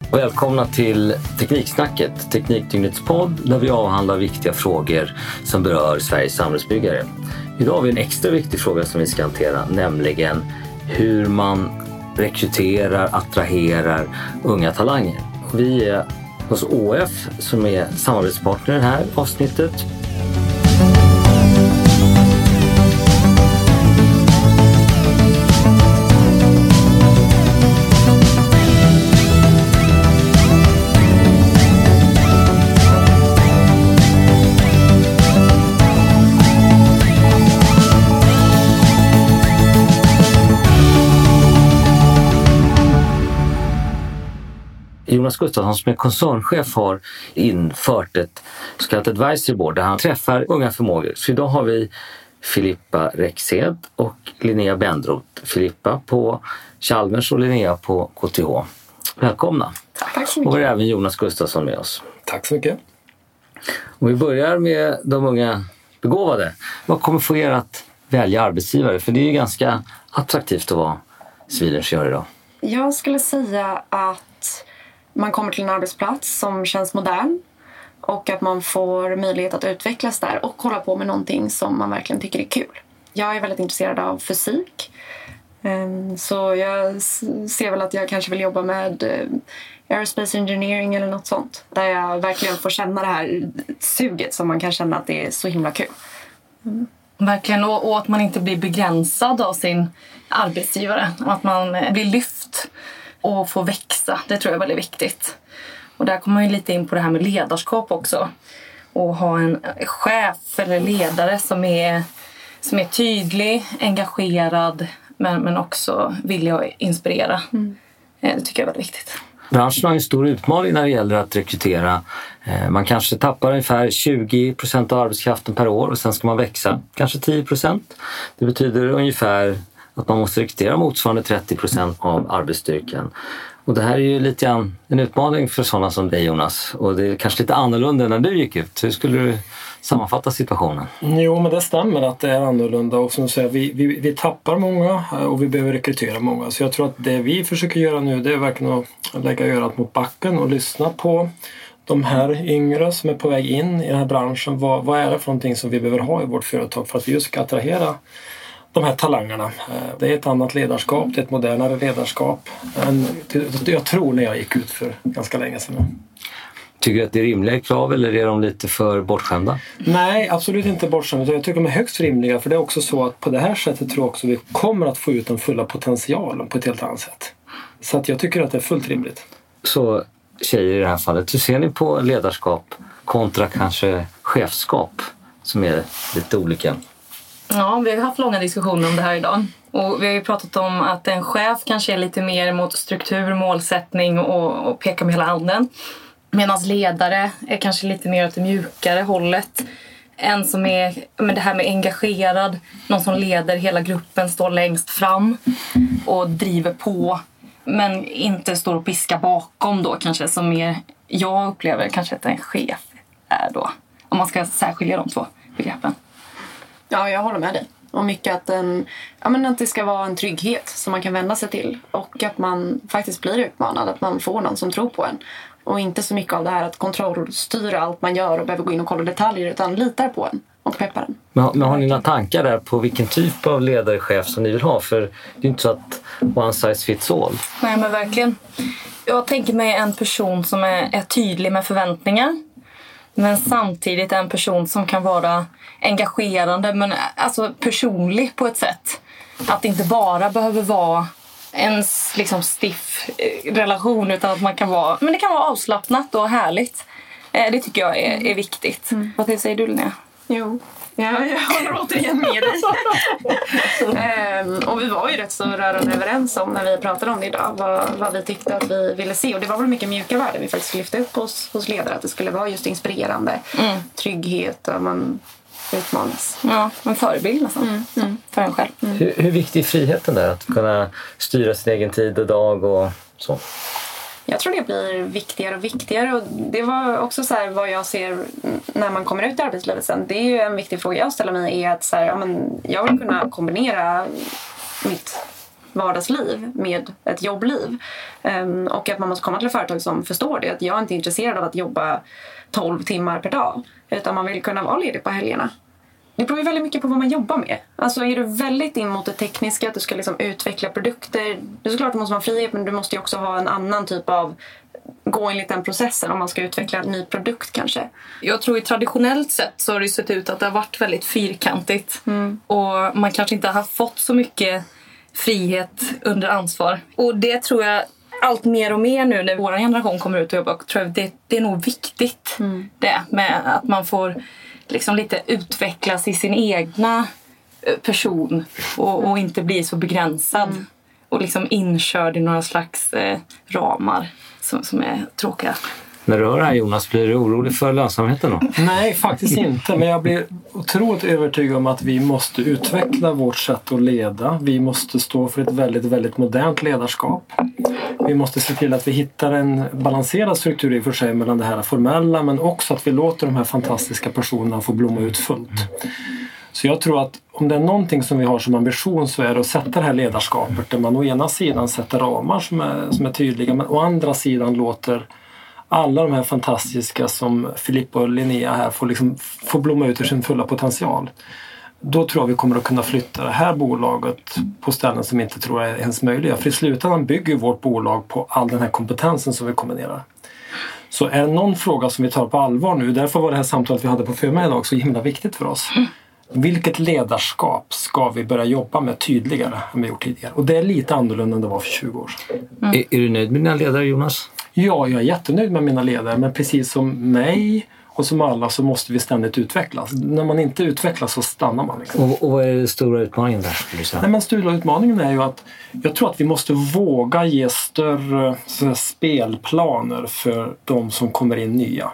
Välkomna till Tekniksnacket, Teknikdygnets podd där vi avhandlar viktiga frågor som berör Sveriges samhällsbyggare. Idag har vi en extra viktig fråga som vi ska hantera, nämligen hur man rekryterar, attraherar unga talanger. Vi är hos ÅF som är samarbetspartner i det här avsnittet. Jonas Gustafsson som är koncernchef har infört ett så kallat advisory board där han träffar unga förmågor. Så idag har vi Filippa Rexhed och Linnea Bendroth. Filippa på Chalmers och Linnea på KTH. Välkomna. Tack så mycket. Och vi har även Jonas Gustafsson med oss. Tack så mycket. Och vi börjar med de unga begåvade. Vad kommer få er att välja arbetsgivare? För det är ju ganska attraktivt att vara civilingenjör idag. Jag skulle säga att man kommer till en arbetsplats som känns modern och att man får möjlighet att utvecklas där och hålla på med någonting som man verkligen tycker är kul. Jag är väldigt intresserad av fysik, så jag ser väl att jag kanske vill jobba med aerospace engineering eller något sånt. Där jag verkligen får känna det här suget som man kan känna att det är så himla kul. Verkligen, och att man inte blir begränsad av sin arbetsgivare. Och att man blir lyft och får växa. Det tror jag är väldigt viktigt. Och där kommer man ju lite in på det här med ledarskap också. Och ha en chef eller ledare som är tydlig, engagerad men också villig att inspirera. Det tycker jag är väldigt viktigt. Branschen har en stor utmaning när det gäller att rekrytera. Man kanske tappar ungefär 20% av arbetskraften per år och sen ska man växa kanske 10%. Det betyder ungefär att man måste rekrytera motsvarande 30% av arbetsstyrkan. Och det här är ju lite grann en utmaning för sådana som dig, Jonas. Och det är kanske lite annorlunda när du gick ut. Hur skulle du sammanfatta situationen? Jo, men det stämmer att det är annorlunda. Och som du säger, vi tappar många och vi behöver rekrytera många. Så jag tror att det vi försöker göra nu, det är verkligen att lägga örat mot backen och lyssna på de här yngre som är på väg in i den här branschen. Vad är det för någonting som vi behöver ha i vårt företag för att vi just ska attrahera de här talangerna? Det är ett annat ledarskap, det är ett modernare ledarskap än jag tror när jag gick ut för ganska länge sedan. Tycker du att det är rimliga krav eller är de lite för bortskämda? Nej, absolut inte bortskämda. Jag tycker de är högst rimliga, för det är också så att på det här sättet tror jag också vi kommer att få ut den fulla potentialen på ett helt annat sätt. Så att jag tycker att det är fullt rimligt. Så tjejer i det här fallet, hur ser ni på ledarskap kontra kanske chefskap som är lite olika? Ja, vi har haft långa diskussioner om det här idag. Och vi har ju pratat om att en chef kanske är lite mer mot struktur, målsättning och pekar med hela handen. Medan ledare är kanske lite mer åt det mjukare hållet. En som är det här med engagerad, någon som leder hela gruppen, står längst fram och driver på. Men inte står och piskar bakom då kanske, som mer jag upplever kanske att en chef är då. Om man ska särskilja de två begreppen. Ja, jag håller med dig. Och mycket att det ska vara en trygghet som man kan vända sig till. Och att man faktiskt blir utmanad. Att man får någon som tror på en. Och inte så mycket av det här att kontrollstyra allt man gör och behöver gå in och kolla detaljer. Utan litar på en och peppar den. Men har ni några tankar där på vilken typ av ledarchef som ni vill ha? För det är inte så att one size fits all. Nej, men verkligen. Jag tänker mig en person som är tydlig med förväntningar. Men samtidigt en person som kan vara engagerande men alltså personlig på ett sätt. Att det inte bara behöver vara en liksom stiff relation, utan att man kan vara, men det kan vara avslappnat och härligt. Det tycker jag är viktigt. Vad säger du, Linnea? Jo. Ja, jag håller återigen med dig. Och vi var ju rätt så rörande överens om när vi pratade om det idag vad vi tyckte att vi ville se. Och det var väl mycket mjuka värden vi faktiskt lyfte upp hos ledare. Att det skulle vara just inspirerande, trygghet och man utmanas. Ja, en förebild nästan för en själv. Hur viktig är friheten där? Att kunna styra sin egen tid och dag och så? Jag tror det blir viktigare och viktigare. Och det var också så här, vad jag ser när man kommer ut i arbetslivet sen. Det är ju en viktig fråga jag ställer mig, är att så här, jag vill kunna kombinera vardagsliv med ett jobbliv. Och att man måste komma till ett företag som förstår det. Att jag är inte intresserad av att jobba 12 timmar per dag. Utan man vill kunna vara ledig på helgerna. Det beror ju väldigt mycket på vad man jobbar med. Alltså är du väldigt in mot det tekniska, att du ska liksom utveckla produkter. Det är såklart att du måste ha frihet, men du måste ju också ha en annan typ av gå enligt den processen om man ska utveckla en ny produkt kanske. Jag tror ju traditionellt sett så har det sett ut att det har varit väldigt fyrkantigt. Och man kanske inte har fått så mycket frihet under ansvar. Och det tror jag allt mer och mer nu när vår generation kommer ut och jobbar, tror jag det är nog viktigt det med att man får liksom lite utvecklas i sin egna person och inte bli så begränsad och liksom inkörd i några slags ramar som är tråkiga. När du hör det här, Jonas, blir du orolig för lönsamheten då? Nej, faktiskt inte. Men jag blir otroligt övertygad om att vi måste utveckla vårt sätt att leda. Vi måste stå för ett väldigt, väldigt modernt ledarskap. Vi måste se till att vi hittar en balanserad struktur i och för sig mellan det här formella, men också att vi låter de här fantastiska personerna få blomma ut fullt. Så jag tror att om det är någonting som vi har som ambition så är det att sätta det här ledarskapet där man å ena sidan sätter ramar som är tydliga, men å andra sidan låter alla de här fantastiska som Filippa och Linnea här får blomma ut ur sin fulla potential. Då tror jag vi kommer att kunna flytta det här bolaget på ställen som inte tror är ens möjliga. För i slutändan bygger vårt bolag på all den här kompetensen som vi kombinerar. Så är det någon fråga som vi tar på allvar nu, därför var det här samtalet vi hade på förmiddagen idag så himla viktigt för oss. Vilket ledarskap ska vi börja jobba med tydligare än vi gjort tidigare? Och det är lite annorlunda än det var för 20 år sedan. Är du nöjd med dina ledare, Jonas? Ja, jag är jättenöjd med mina ledare, men precis som mig och som alla så måste vi ständigt utvecklas. När man inte utvecklas så stannar man. Liksom. Och vad är den stora utmaningen där, skulle du säga? Nej, men stora utmaningen är ju att jag tror att vi måste våga ge större spelplaner för de som kommer in nya.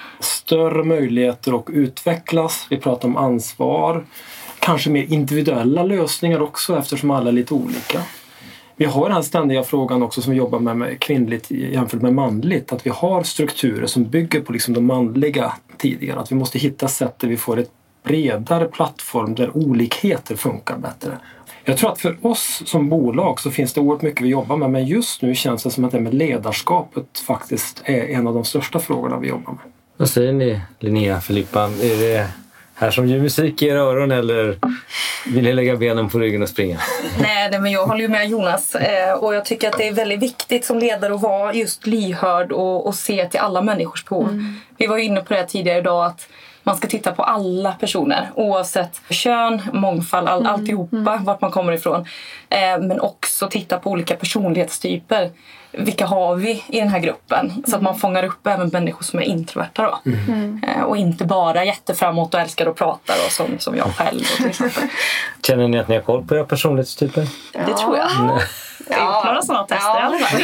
Större möjligheter att utvecklas. Vi pratar om ansvar. Kanske mer individuella lösningar också eftersom alla är lite olika. Vi har den här ständiga frågan också som vi jobbar med kvinnligt jämfört med manligt. Att vi har strukturer som bygger på liksom de manliga tidigare. Att vi måste hitta sätt där vi får ett bredare plattform där olikheter funkar bättre. Jag tror att för oss som bolag så finns det oerhört mycket vi jobbar med. Men just nu känns det som att det med ledarskapet faktiskt är en av de största frågorna vi jobbar med. Vad säger ni, Linnea, Filippa? Är det här som gör musik i era öron eller vill ni lägga benen på ryggen och springa? Nej, men jag håller ju med Jonas. Och jag tycker att det är väldigt viktigt som ledare att vara just lyhörd och se till alla människors behov. Vi var inne på det tidigare idag att man ska titta på alla personer oavsett kön, mångfald, alltihopa, vart man kommer ifrån. Men också titta på olika personlighetstyper. Vilka har vi i den här gruppen? Så att man fångar upp även människor som är introverta då. Och inte bara jätteframåt och älskar att prata då, som jag själv till exempel. Känner ni att ni har koll på era personlighetstyper? Det tror jag. Jag har gjort några sådana tester i alla fall.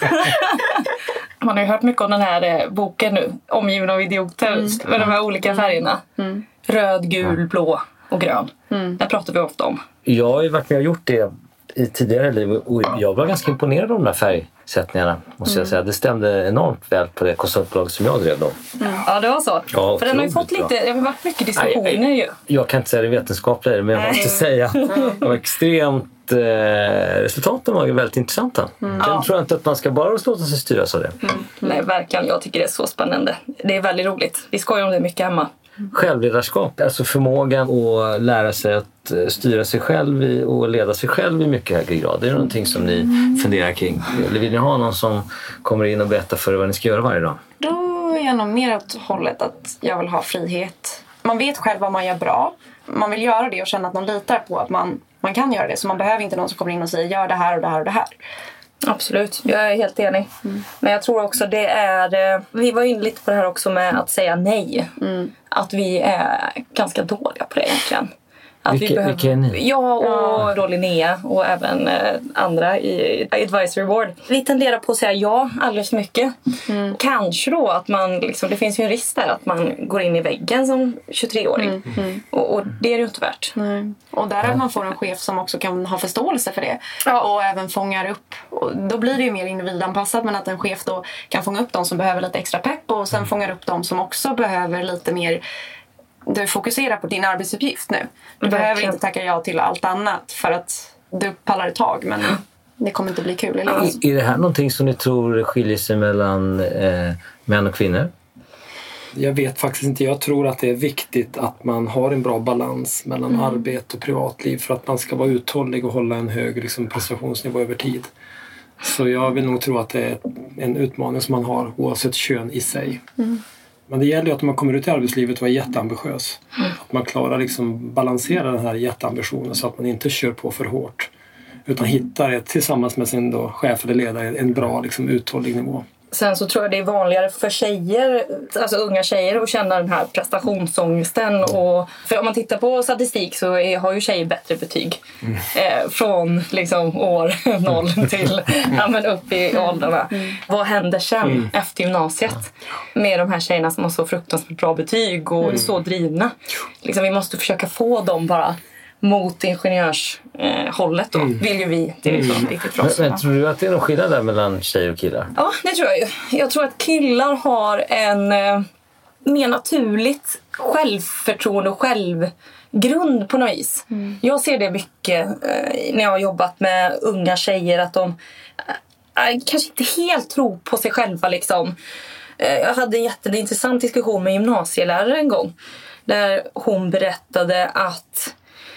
Man har ju hört mycket om den här boken nu, Omgiven av idioter, med de här olika färgerna. Röd, gul, blå och grön. Det pratar vi ofta om. Jag har ju varit med och gjort det i tidigare liv och jag var ganska imponerad av de där färgsättningarna, måste jag säga. Det stämde enormt väl på det konsultbolag som jag drev då. Ja, det var så. Ja, för den har ju fått lite, det har varit mycket diskussioner ju. Jag kan inte säga det vetenskapliga, men jag måste säga att det var extremt resultaten var ju väldigt intressanta. Den tror jag inte att man ska bara låta sig styras av det. Nej, verkligen. Jag tycker det är så spännande. Det är väldigt roligt. Vi skojar om det mycket hemma. Självledarskap, alltså förmågan att lära sig att styra sig själv och leda sig själv i mycket högre grad. Det är någonting som ni funderar kring. Eller vill ni ha någon som kommer in och berättar för er vad ni ska göra varje dag? Då är jag nog mer åt hållet att jag vill ha frihet. Man vet själv vad man gör bra. Man vill göra det och känna att någon litar på att man kan göra det. Så man behöver inte någon som kommer in och säger gör det här och det här och det här. Absolut, jag är helt enig. Men jag tror också det är... Vi var inne lite på det här också med att säga nej. Att vi är ganska dåliga på det egentligen. Vilka är ni? Jag och då Linnea och även andra i Advisory Board. Vi tenderar på att säga ja alldeles för mycket. Kanske då att man liksom, det finns ju en risk där att man går in i väggen som 23-åring. Och det är det ju inte värt. Nej. Och där att man får en chef som också kan ha förståelse för det. Och även fångar upp. Och då blir det ju mer individanpassat, men att en chef då kan fånga upp de som behöver lite extra pepp och sen fångar upp de som också behöver lite mer. Du fokuserar på din arbetsuppgift nu. Du behöver inte tacka ja till allt annat för att du pallar ett tag. Men det kommer inte bli kul. Eller? Är det här någonting som ni tror skiljer sig mellan män och kvinnor? Jag vet faktiskt inte. Jag tror att det är viktigt att man har en bra balans mellan arbete och privatliv för att man ska vara uthållig och hålla en hög liksom, prestationsnivå över tid. Så jag vill nog tro att det är en utmaning som man har oavsett kön i sig. Men det gäller ju att man kommer ut i arbetslivet och är jätteambitiös. Att man klarar liksom balansera den här jätteambitionen så att man inte kör på för hårt. Utan hittar tillsammans med sin då, chef eller ledare en bra liksom, uthållig nivå. Sen så tror jag det är vanligare för tjejer, alltså unga tjejer, att känna den här prestationsångesten. Och, för om man tittar på statistik så har ju tjejer bättre betyg. Från liksom år 0 till upp i åldrarna. Vad händer sen efter gymnasiet med de här tjejerna som har så fruktansvärt bra betyg och är så drivna? Liksom, vi måste försöka få dem bara mot ingenjörshållet då, vill ju vi. Det är liksom viktigt för oss. Men tror du att det är någon skillnad där mellan tjejer och killar? Ja, det tror jag ju. Jag tror att killar har en mer naturligt självförtroende och självgrund på något vis. Jag ser det mycket när jag har jobbat med unga tjejer att de kanske inte helt tror på sig själva liksom. Jag hade en jätteintressant diskussion med gymnasielärare en gång där hon berättade att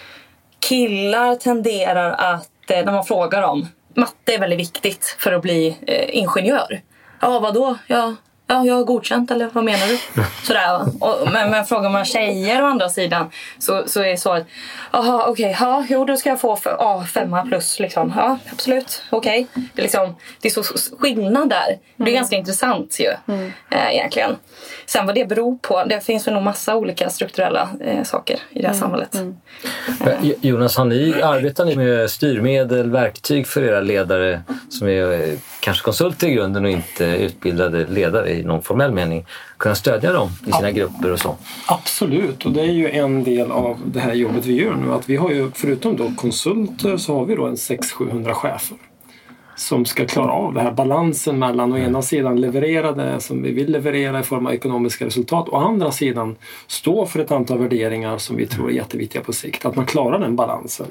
killar tenderar att, när man frågar dem, matte är väldigt viktigt för att bli ingenjör. Ja, vadå? Ja, jag har godkänt, eller vad menar du? Sådär, men frågar man tjejer å andra sidan så är det så att jaha, okej, ja, jo, då ska jag få 5+ liksom. Ja, absolut, okej. Det är liksom, det är så skillnad där. Det är ganska intressant ju, egentligen. Sen vad det beror på, det finns väl nog massa olika strukturella saker i det här samhället. Jonas, arbetar ni med styrmedel, verktyg för era ledare som är kanske konsulter i grunden och inte utbildade ledare i någon formell mening, kunna stödja dem i sina grupper och så? Absolut, och det är ju en del av det här jobbet vi gör nu, att vi har ju förutom då konsulter så har vi då en 600-700 chefer som ska klara av det här balansen mellan å ena sidan leverera det som vi vill leverera i form av ekonomiska resultat och å andra sidan stå för ett antal värderingar som vi tror är jätteviktiga på sikt. Att man klarar den balansen.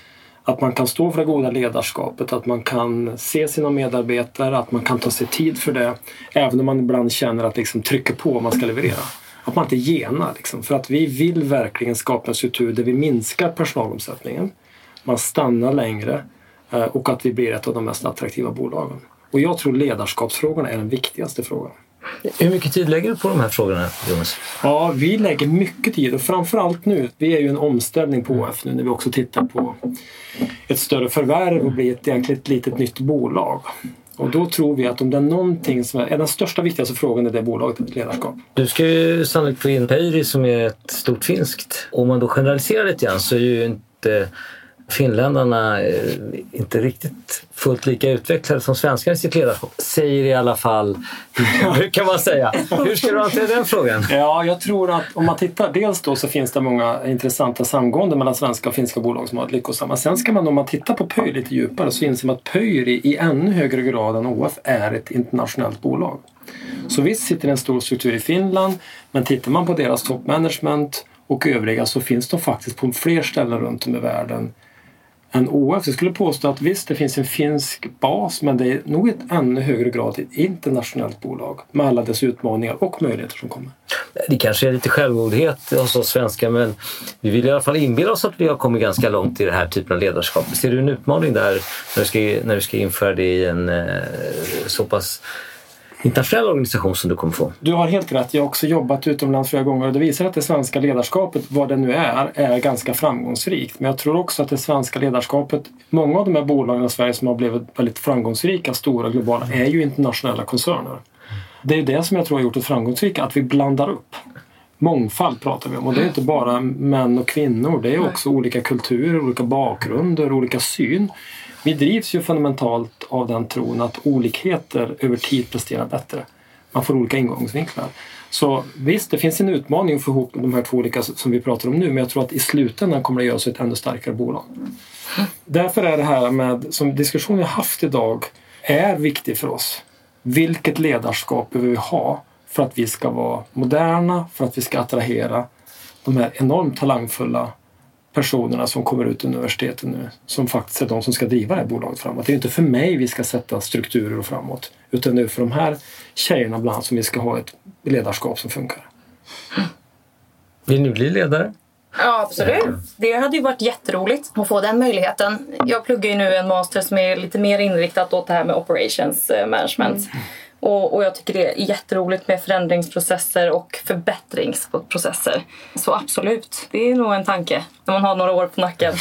Att man kan stå för det goda ledarskapet, att man kan se sina medarbetare, att man kan ta sig tid för det även om man ibland känner att liksom trycker på om man ska leverera. Att man inte genar liksom, för att vi vill verkligen skapa en struktur där vi minskar personalomsättningen, man stannar längre och att vi blir ett av de mest attraktiva bolagen. Och jag tror ledarskapsfrågorna är den viktigaste frågan. Hur mycket tid lägger du på de här frågorna, Jonas? Ja, vi lägger mycket tid och framförallt nu, vi är ju en omställning på OF nu när vi också tittar på ett större förvärv och blir egentligen ett litet nytt bolag. Och då tror vi att om det är någonting som är den största viktigaste frågan är det bolaget, ledarskap. Du ska ju sannolikt få in Pöyry som är ett stort finskt. Om man då generaliserar lite grann så är ju inte finländarna inte riktigt fullt lika utvecklade som svenskar i sitt ledarskap. Säger i alla fall, hur kan man säga? Hur ska du hantera den frågan? Ja, jag tror att om man tittar, dels då så finns det många intressanta samgående mellan svenska och finska bolag som har ett lyckosamma. Sen ska man, om man tittar på Pöyry lite djupare, så inser man att Pöyry i ännu högre grad än OF är ett internationellt bolag. Så visst sitter en stor struktur i Finland, men tittar man på deras toppmanagement och övriga så finns de faktiskt på fler ställen runt om i världen än OF. Jag skulle påstå att visst, det finns en finsk bas, men det är nog ett ännu högre grad ett internationellt bolag med alla dess utmaningar och möjligheter som kommer. Det kanske är lite självgodhet hos oss svenskar, men vi vill i alla fall inbilla oss att vi har kommit ganska långt i det här typen av ledarskap. Ser du en utmaning där när du ska införa det i en så pass internationell organisation som du kommer få? Du har helt rätt. Jag har också jobbat utomlands flera gånger och det visar att det svenska ledarskapet, vad det nu är ganska framgångsrikt. Men jag tror också att det svenska ledarskapet, många av de här bolagen i Sverige som har blivit väldigt framgångsrika, stora, globala, är ju internationella koncerner. Det är det som jag tror har gjort det framgångsrika, att vi blandar upp. Mångfald pratar vi om, och det är inte bara män och kvinnor, det är också olika kulturer, olika bakgrunder, olika syn. Vi drivs ju fundamentalt av den tron att olikheter över tid presterar bättre. Man får olika ingångsvinklar. Så visst, det finns en utmaning att få ihop de här två olika som vi pratar om nu, men jag tror att i slutändan kommer det göra sig ett ännu starkare bolag. Därför är det här med, som diskussionen vi har haft idag, är viktigt för oss. Vilket ledarskap behöver vi ha för att vi ska vara moderna, för att vi ska attrahera de här enormt talangfulla personerna som kommer ut ur universiteten nu som faktiskt är de som ska driva det här bolaget framåt. Det är inte för mig vi ska sätta strukturer och framåt, utan det är för de här tjejerna bland annat som vi ska ha ett ledarskap som funkar. Vill ni bli ledare? Ja, absolut. Det hade ju varit jätteroligt att få den möjligheten. Jag pluggar ju nu en master som är lite mer inriktat åt det här med operations management. Och jag tycker det är jätteroligt med förändringsprocesser och förbättringsprocesser. Så absolut, det är nog en tanke när man har några år på nacken.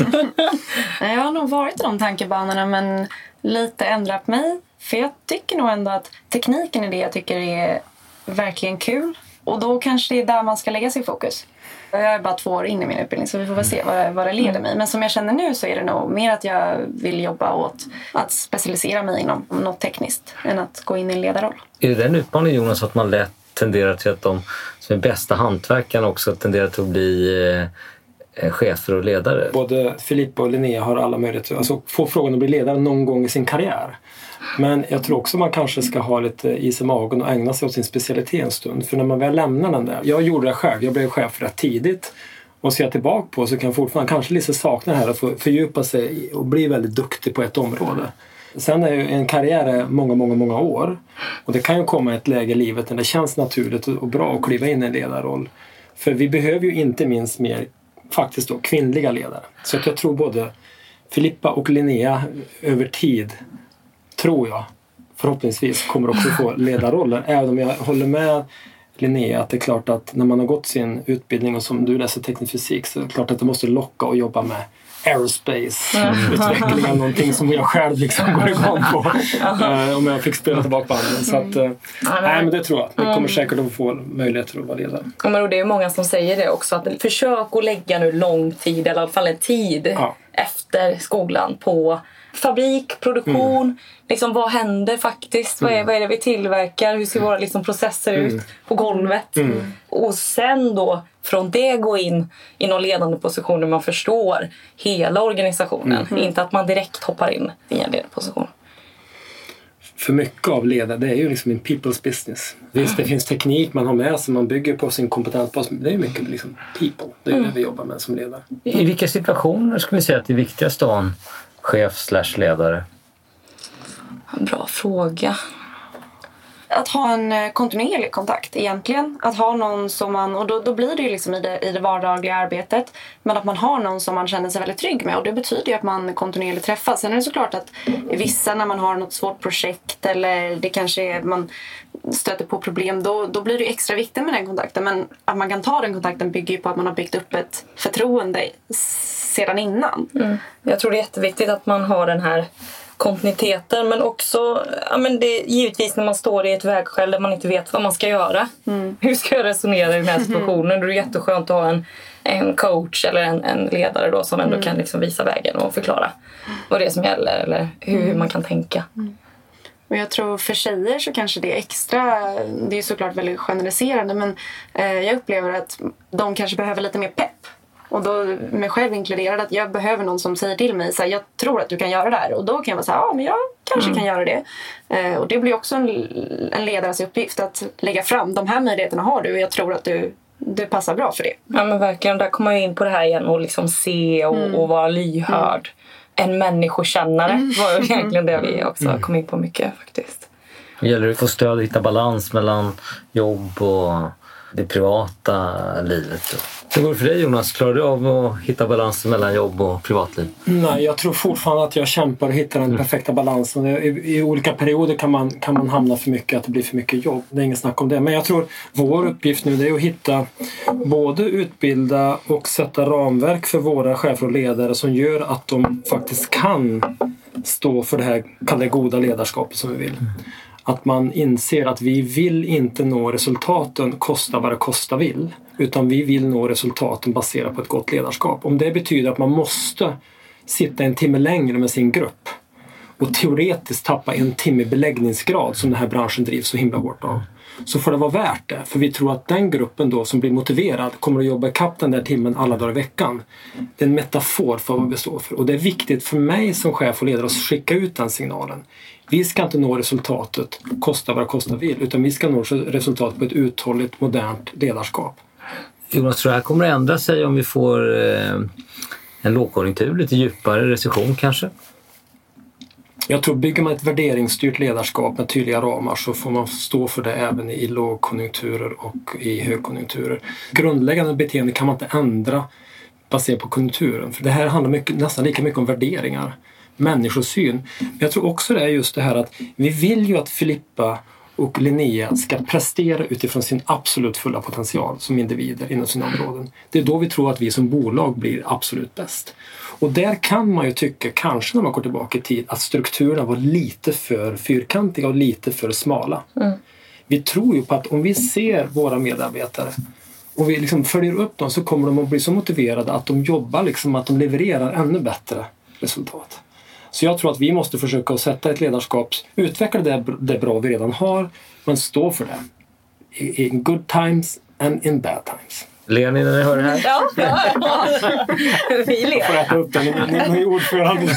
Jag har nog varit i de tankebanorna men lite ändrat mig. För jag tycker nog ändå att tekniken är det jag tycker är verkligen kul. Och då kanske det är där man ska lägga sig fokus. Jag är bara 2 år in i min utbildning så vi får väl se vad det leder mig. Men som jag känner nu så är det nog mer att jag vill jobba åt att specialisera mig inom något tekniskt än att gå in i en ledarroll. Är det en utmaning, Jonas, att man lätt tenderar till att de som är bästa hantverkarna också tenderar till att bli chefer och ledare? Både Filippa och Linnea har alla möjligheter, alltså få frågan att bli ledare någon gång i sin karriär. Men jag tror också man kanske ska ha lite is i magen och ägna sig åt sin specialitet en stund. För när man väl lämnar den där, jag gjorde det själv, jag blev chef rätt tidigt. Och ser jag tillbaka på så kan jag fortfarande kanske lite sakna det här att få fördjupa sig och bli väldigt duktig på ett område. Sen är ju en karriär många år. Och det kan ju komma ett läge i livet när det känns naturligt och bra att kliva in i en ledarroll. För vi behöver ju inte minst mer faktiskt då kvinnliga ledare. Så att jag tror både Filippa och Linnea över tid, tror jag, förhoppningsvis kommer också få ledarroller. Även om jag håller med Linnea att det är klart att när man har gått sin utbildning och som du läser teknisk fysik så är det klart att det måste locka och jobba med aerospace-utveckling av någonting som jag själv liksom går igång på om jag fick spela tillbaka banden. Så att, nej men det tror jag. Vi kommer säkert att få möjligheter att vara ledare. Men det är många som säger det också, att försök att lägga nu lång tid, eller i alla fall en tid efter skolan på fabrik, produktion, liksom vad händer faktiskt, vad är det vi tillverkar, hur ser våra liksom processer ut på golvet och sen då från det gå in i någon ledande position där man förstår hela organisationen, inte att man direkt hoppar in i en ledande position. För mycket av ledare, det är ju liksom en people's business. Visst, det finns teknik man har med sig, man bygger på sin kompetens på, det är mycket liksom people, det är det vi jobbar med som ledare. I vilka situationer skulle vi säga att det är viktigast att ha en chef/ledare? Bra fråga. Att ha en kontinuerlig kontakt egentligen. Att ha någon som man, och då blir det ju liksom i det vardagliga arbetet, men att man har någon som man känner sig väldigt trygg med, och det betyder ju att man kontinuerligt träffas. Sen är det såklart att vissa, när man har något svårt projekt eller det kanske är, man stöter på problem, då blir det ju extra viktigt med den kontakten, men att man kan ta den kontakten bygger ju på att man har byggt upp ett förtroende sedan innan. Jag tror det är jätteviktigt att man har den här kontinuiteten, men också men det, givetvis när man står i ett vägskäl där man inte vet vad man ska göra. Hur ska jag resonera i den här situationen? Då är det jätteskönt att ha en coach eller en ledare då, som ändå kan liksom visa vägen och förklara vad det är som gäller eller hur man kan tänka. Och jag tror för tjejer så kanske det är extra, det är såklart väldigt generaliserande, men jag upplever att de kanske behöver lite mer pepp. Och då mig själv inkluderad, att jag behöver någon som säger till mig så här, jag tror att du kan göra det här. Och då kan jag vara så här, ja men jag kanske kan göra det. Och det blir också en ledares uppgift att lägga fram, de här möjligheterna har du och jag tror att du passar bra för det. Ja men verkligen, där kommer jag in på det här igen och liksom se och vara lyhörd. En människokännare var egentligen det vi också kom in på mycket faktiskt. Det gäller att få stöd och hitta balans mellan jobb och det privata livet. Hur går det för dig, Jonas? Klarar du av att hitta balansen mellan jobb och privatliv? Nej, jag tror fortfarande att jag kämpar och hittar den perfekta balansen. I olika perioder kan man hamna för mycket, att det blir för mycket jobb. Det är ingen snack om det. Men jag tror vår uppgift nu är att hitta, både utbilda och sätta ramverk för våra chefer och ledare som gör att de faktiskt kan stå för det här goda ledarskapet som vi vill. Att man inser att vi vill inte nå resultaten kosta vad det kosta vill. Utan vi vill nå resultaten baserat på ett gott ledarskap. Om det betyder att man måste sitta en timme längre med sin grupp och teoretiskt tappa en timme beläggningsgrad som den här branschen drivs så himla hårt av, så får det vara värt det. För vi tror att den gruppen då som blir motiverad kommer att jobba i kapp den där timmen alla dagar i veckan. Det är en metafor för vad vi står för. Och det är viktigt för mig som chef och ledare att skicka ut den signalen. Vi ska inte nå resultatet kosta vad det kosta vill, utan vi ska nå resultat på ett uthålligt, modernt ledarskap. Jonas, tror jag kommer att ändra sig om vi får en lågkonjunktur, lite djupare recession kanske? Jag tror bygger man ett värderingsstyrt ledarskap med tydliga ramar så får man stå för det även i lågkonjunkturer och i högkonjunkturer. Grundläggande beteende kan man inte ändra baserat på konjunkturen. För det här handlar nästan lika mycket om värderingar, människosyn. Men jag tror också det är just det här att vi vill ju att Filippa och Linnea ska prestera utifrån sin absolut fulla potential som individer inom sina områden. Det är då vi tror att vi som bolag blir absolut bäst. Och där kan man ju tycka, kanske när man går tillbaka i tid, att strukturerna var lite för fyrkantiga och lite för smala. Vi tror ju på att om vi ser våra medarbetare och vi liksom följer upp dem så kommer de att bli så motiverade att de jobbar, liksom, att de levererar ännu bättre resultat. Så jag tror att vi måste försöka att sätta ett ledarskap, utveckla det bra vi redan har, men stå för det. In good times and in bad times. Ler ni när ni hör det här? Ja. Vi ler. Får äta upp den i ordförande.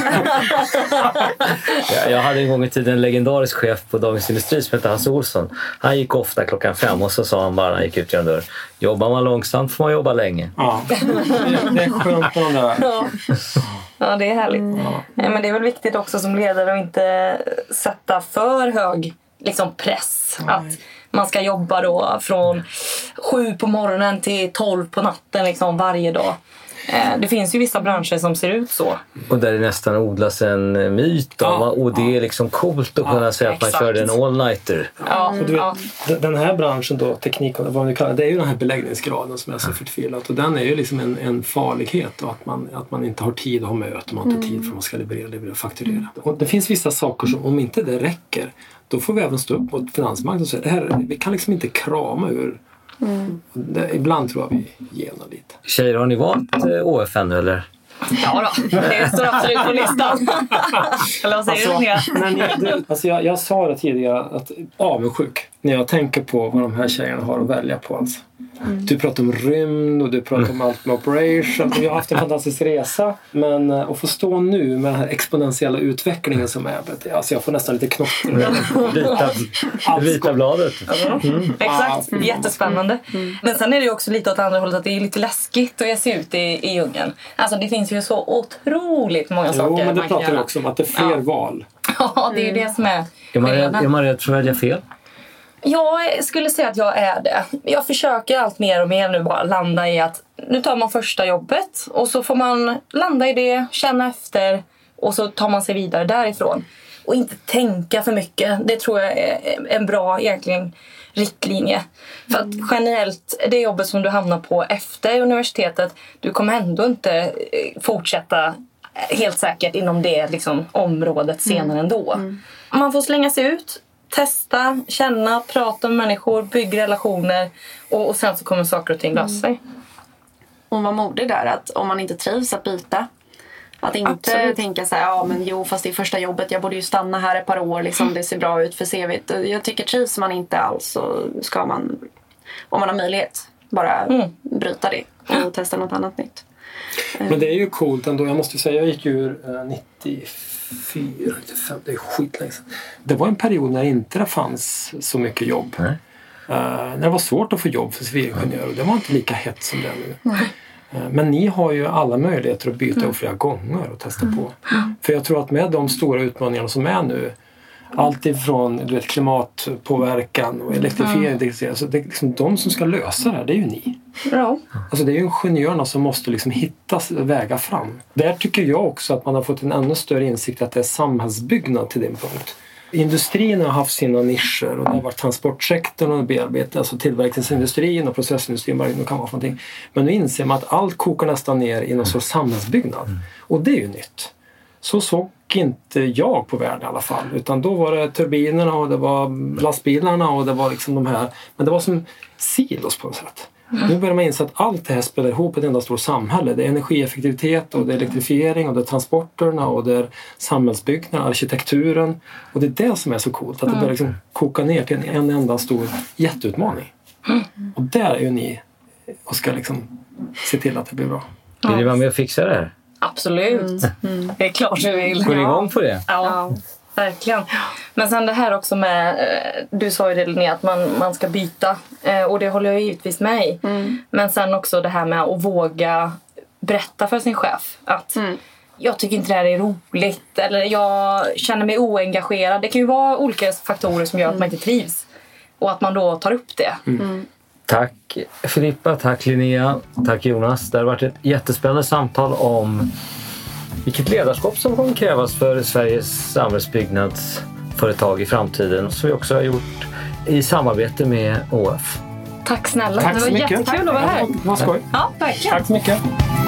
Jag hade en gång i tiden en legendarisk chef på Dagens Industri som hette Hasse Olsson. Han gick ofta 5:00 och så sa han bara när han gick ut genom dörren: jobbar man långsamt får man jobba länge. Ja, det är skönt med de där. Ja, det är härligt. Ja. Men det är väl viktigt också som ledare att inte sätta för hög press. Att man ska jobba då från 7 på morgonen till 12 på natten varje dag. Det finns ju vissa branscher som ser ut så. Och där det nästan odlas en myt och det är coolt att kunna säga att man körde en all-nighter. Ja, den här branschen då, tekniken, vad vi kallar det, är ju den här beläggningsgraden som är så förtvilat. Och den är ju en farlighet och att man inte har tid att ha möte, man har inte tid för att man ska leverera och fakturera. Och det finns vissa saker som om inte det räcker, då får vi även stå upp mot finansmarknaden och säga vi kan inte krama ur. Ibland tror jag vi genar lite. Tjejer, har ni valt ÅF ännu eller? Ja då, det står absolut på listan. Eller vad säger du? Jag sa det tidigare att avundsjuk när jag tänker på vad de här tjejerna har att välja på. Alltså. Du pratar om rymd och du pratar om allt med operation. Vi har haft en fantastisk resa, men att få stå nu med den här exponentiella utvecklingen som är, alltså jag får nästan lite knoppar. Vita bladet. Exakt, jättespännande. Men sen är det ju också lite åt andra hållet att det är lite läskigt att ge sig ut i djungeln. Alltså det finns ju så otroligt många saker man kan göra. Men det pratar vi också om, att det är fler val. Ja, det är det som är... Är man rädd för att välja fel? Jag skulle säga att jag är det. Jag försöker allt mer och mer nu bara landa i att nu tar man första jobbet och så får man landa i det, känna efter och så tar man sig vidare därifrån. Och inte tänka för mycket. Det tror jag är en bra egentligen riktlinje. För att generellt, det jobbet som du hamnar på efter universitetet, du kommer ändå inte fortsätta helt säkert inom det området senare ändå. Man får slänga sig ut. Testa, känna, prata med människor, bygga relationer och sen så kommer saker och ting lösa sig. Hon var modig där att om man inte trivs att byta. Att inte tänka så här, fast det är första jobbet, jag borde ju stanna här ett par år, det ser bra ut för CV:t. Jag tycker trivs man inte alls så ska man, om man har möjlighet, bara bryta det och testa något annat nytt. Men det är ju coolt ändå, jag måste säga, jag gick ur 94, 95, det är skitlänge sedan. Det var en period när inte det fanns så mycket jobb. När det var svårt att få jobb för civilingenjörer. Det var inte lika hett som det är nu. Men ni har ju alla möjligheter att byta flera gånger och testa på. För jag tror att med de stora utmaningarna som är nu, allt ifrån klimatpåverkan och elektrifiering, så det är de som ska lösa det här, det är ju ni. Ja. Alltså det är ju ingenjörerna som måste hitta vägar fram. Där tycker jag också att man har fått en ännu större insikt att det är samhällsbyggnad till din punkt. Industrin har haft sina nischer och det har varit transportsektorn och bearbetning, alltså tillverkningsindustrin och processindustrin, vad det nu kan vara för någonting. Men nu inser man att allt kokar nästan ner i någon sorts samhällsbyggnad. Och det är ju nytt. Så såg inte jag på världen i alla fall. Utan då var det turbinerna och det var lastbilarna och det var de här. Men det var som silos på något sätt. Nu börjar man inse att allt det här spelar ihop ett enda stort samhälle. Det är energieffektivitet och det är elektrifiering och det är transporterna och det är samhällsbyggnaden, arkitekturen. Och det är det som är så coolt. Att det börjar koka ner till en enda stor jätteutmaning. Och där är ju ni och ska se till att det blir bra. Vill ni vara med och fixa det här? Absolut. Det är klart vi vill. Går ni igång på det? Ja. Verkligen. Men sen det här också med, du sa ju det Linnea, att man ska byta. Och det håller jag givetvis med i. Men sen också det här med att våga berätta för sin chef att jag tycker inte det här är roligt eller jag känner mig oengagerad. Det kan ju vara olika faktorer som gör att man inte trivs. Och att man då tar upp det. Tack Filippa, tack Linnea, tack Jonas. Det har varit ett jättespännande samtal om vilket ledarskap som kommer krävas för Sveriges samhällsbyggnadsföretag i framtiden. Som vi också har gjort i samarbete med ÅF. Tack snälla. Tack det så var mycket. jättekul att vara här. Vad skoj. Ja, verkligen. Tack så mycket.